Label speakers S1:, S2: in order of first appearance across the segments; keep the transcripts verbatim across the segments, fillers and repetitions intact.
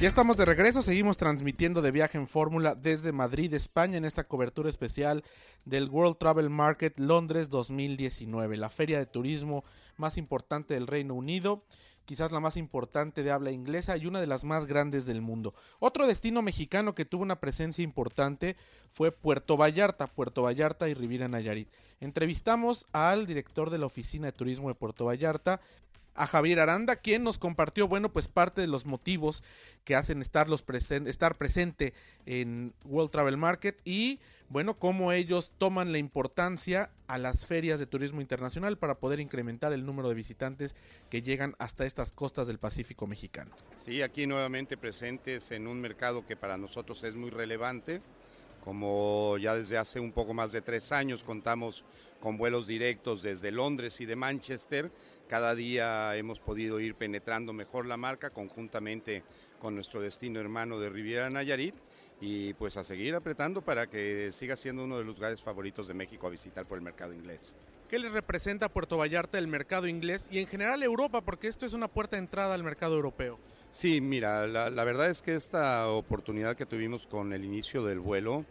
S1: Ya estamos de regreso, seguimos transmitiendo de Viaje en Fórmula desde Madrid, España, en esta cobertura especial del World Travel Market Londres dos mil diecinueve, la feria de turismo más importante del Reino Unido, quizás la más importante de habla inglesa y una de las más grandes del mundo. Otro destino mexicano que tuvo una presencia importante fue Puerto Vallarta, Puerto Vallarta y Riviera Nayarit. Entrevistamos al director de la Oficina de Turismo de Puerto Vallarta, a Javier Aranda, quien nos compartió, bueno, pues parte de los motivos que hacen estar, los presen- estar presente en World Travel Market y, bueno, cómo ellos toman la importancia a las ferias de turismo internacional para poder incrementar el número de visitantes que llegan hasta estas costas del Pacífico mexicano.
S2: Sí, aquí nuevamente presentes en un mercado que para nosotros es muy relevante. Como ya desde hace un poco más de tres años contamos con vuelos directos desde Londres y de Manchester, cada día hemos podido ir penetrando mejor la marca conjuntamente con nuestro destino hermano de Riviera Nayarit y pues a seguir apretando para que siga siendo uno de los lugares favoritos de México a visitar por el mercado inglés.
S1: ¿Qué les representa a Puerto Vallarta el mercado inglés y en general Europa? Porque esto es una puerta de entrada al mercado europeo.
S2: Sí, mira, la, la verdad es que esta oportunidad que tuvimos con el inicio del vuelo,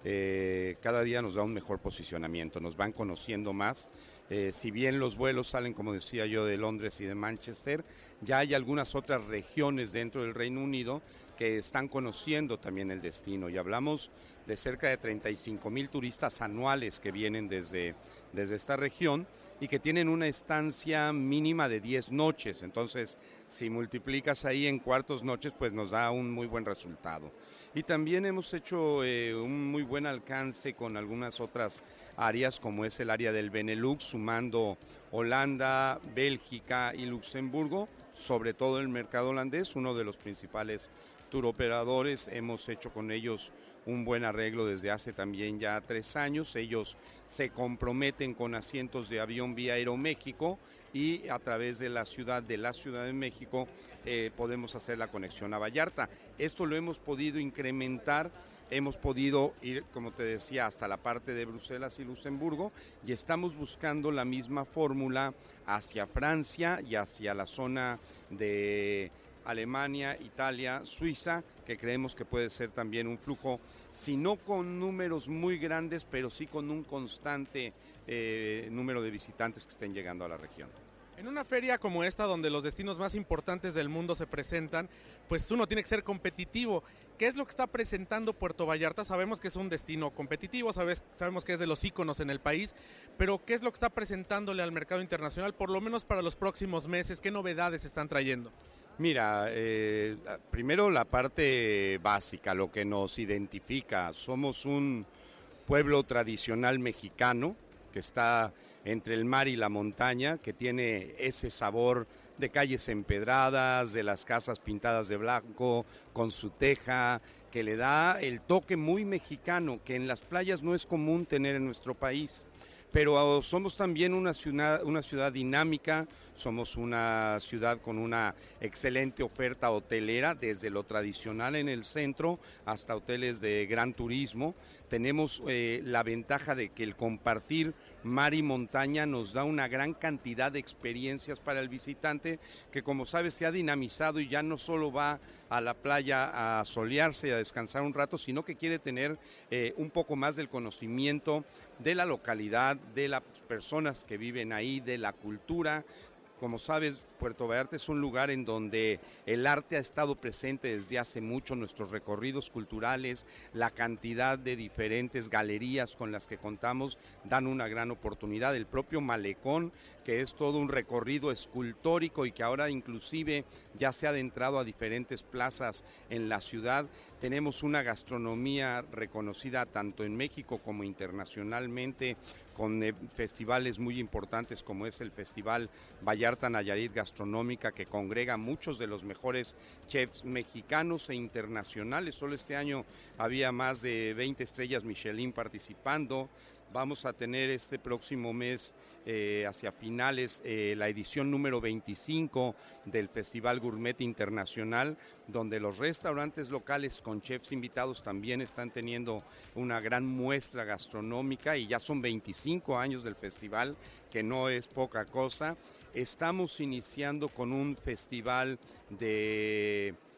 S2: eh, cada día nos da un mejor posicionamiento, nos van conociendo más. Eh, si bien los vuelos salen, como decía yo, de Londres y de Manchester, ya hay algunas otras regiones dentro del Reino Unido que están conociendo también el destino y hablamos de cerca de treinta y cinco mil turistas anuales que vienen desde, desde esta región y que tienen una estancia mínima de diez noches, entonces si multiplicas ahí en cuartos noches pues nos da un muy buen resultado. Y también hemos hecho eh, un muy buen alcance con algunas otras áreas como es el área del Benelux, sumando Holanda, Bélgica y Luxemburgo, sobre todo el mercado holandés, uno de los principales turoperadores. Hemos hecho con ellos un buen arreglo desde hace también ya tres años. Ellos se comprometen con asientos de avión vía Aeroméxico y a través de la ciudad de la Ciudad de México eh, podemos hacer la conexión a Vallarta. Esto lo hemos podido incrementar. Hemos podido ir, como te decía, hasta la parte de Bruselas y Luxemburgo y estamos buscando la misma fórmula hacia Francia y hacia la zona de Alemania, Italia, Suiza, que creemos que puede ser también un flujo, si no con números muy grandes, pero sí con un constante eh, número de visitantes que estén llegando a la región.
S1: En una feria como esta, donde los destinos más importantes del mundo se presentan, pues uno tiene que ser competitivo. ¿Qué es lo que está presentando Puerto Vallarta? Sabemos que es un destino competitivo, sabes, sabemos que es de los íconos en el país, pero ¿qué es lo que está presentándole al mercado internacional, por lo menos para los próximos meses? ¿Qué novedades están trayendo?
S2: Mira, eh, primero la parte básica, lo que nos identifica. Somos un pueblo tradicional mexicano que está entre el mar y la montaña, que tiene ese sabor de calles empedradas, de las casas pintadas de blanco, con su teja, que le da el toque muy mexicano, que en las playas no es común tener en nuestro país. Pero somos también una ciudad, una ciudad dinámica, somos una ciudad con una excelente oferta hotelera, desde lo tradicional en el centro hasta hoteles de gran turismo. Tenemos eh, la ventaja de que el compartir mar y montaña nos da una gran cantidad de experiencias para el visitante, que como sabes se ha dinamizado y ya no solo va a la playa a solearse y a descansar un rato, sino que quiere tener eh, un poco más del conocimiento de la localidad, de las personas que viven ahí, de la cultura. Como sabes, Puerto Vallarta es un lugar en donde el arte ha estado presente desde hace mucho, nuestros recorridos culturales, la cantidad de diferentes galerías con las que contamos dan una gran oportunidad. El propio malecón, que es todo un recorrido escultórico y que ahora inclusive ya se ha adentrado a diferentes plazas en la ciudad. Tenemos una gastronomía reconocida tanto en México como internacionalmente, con eh, festivales muy importantes como es el Festival Vallarta Nayarit Gastronómica, que congrega muchos de los mejores chefs mexicanos e internacionales. Solo este año había más de veinte estrellas Michelin participando. Vamos a tener este próximo mes, eh, hacia finales, eh, la edición número veinticinco del Festival Gourmet Internacional, donde los restaurantes locales con chefs invitados también están teniendo una gran muestra gastronómica y ya son veinticinco años del festival, que no es poca cosa. Estamos iniciando con un festival de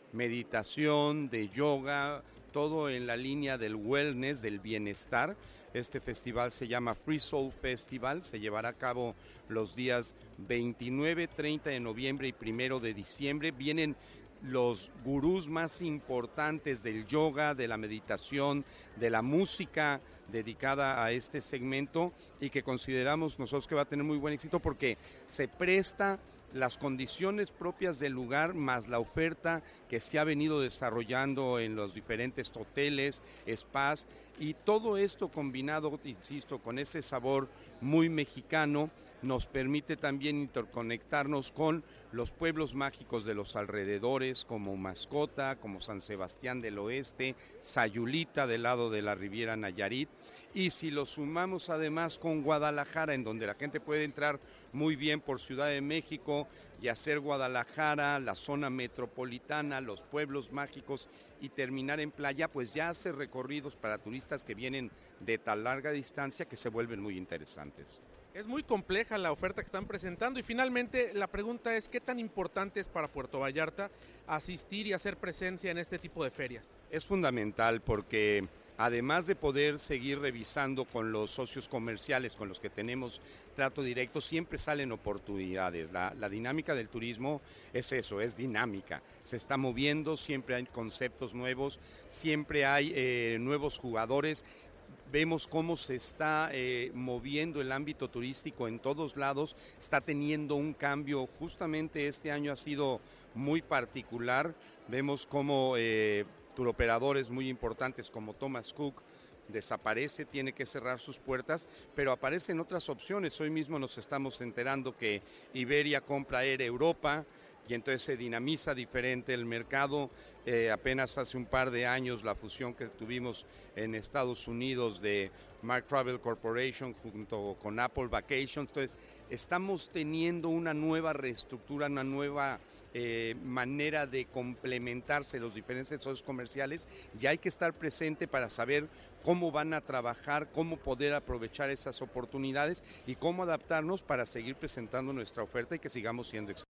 S2: meditación, de yoga, todo en la línea del wellness, del bienestar. Este festival se llama Free Soul Festival, se llevará a cabo los días veintinueve, treinta de noviembre y primero de diciembre. Vienen los gurús más importantes del yoga, de la meditación, de la música dedicada a este segmento y que consideramos nosotros que va a tener muy buen éxito porque se presta las condiciones propias del lugar más la oferta que se ha venido desarrollando en los diferentes hoteles, spas y todo esto combinado, insisto, con ese sabor muy mexicano nos permite también interconectarnos con los pueblos mágicos de los alrededores como Mascota, como San Sebastián del Oeste, Sayulita del lado de la Riviera Nayarit y si lo sumamos además con Guadalajara en donde la gente puede entrar muy bien por Ciudad de México y hacer Guadalajara, la zona metropolitana, los pueblos mágicos y terminar en playa, pues ya hace recorridos para turistas que vienen de tan larga distancia que se vuelven muy interesantes.
S1: Es muy compleja la oferta que están presentando y finalmente la pregunta es ¿qué tan importante es para Puerto Vallarta asistir y hacer presencia en este tipo de ferias?
S2: Es fundamental porque además de poder seguir revisando con los socios comerciales con los que tenemos trato directo, siempre salen oportunidades. La, la dinámica del turismo es eso, es dinámica. Se está moviendo, siempre hay conceptos nuevos, siempre hay eh, nuevos jugadores. Vemos cómo se está eh, moviendo el ámbito turístico en todos lados, está teniendo un cambio, justamente este año ha sido muy particular, vemos cómo eh, turoperadores muy importantes como Thomas Cook desaparece, tiene que cerrar sus puertas, pero aparecen otras opciones, hoy mismo nos estamos enterando que Iberia compra Air Europa, y entonces se dinamiza diferente el mercado. Eh, apenas hace un par de años la fusión que tuvimos en Estados Unidos de Mark Travel Corporation junto con Apple Vacations, entonces estamos teniendo una nueva reestructura, una nueva eh, manera de complementarse los diferentes socios comerciales y hay que estar presente para saber cómo van a trabajar, cómo poder aprovechar esas oportunidades y cómo adaptarnos para seguir presentando nuestra oferta y que sigamos siendo exitosos.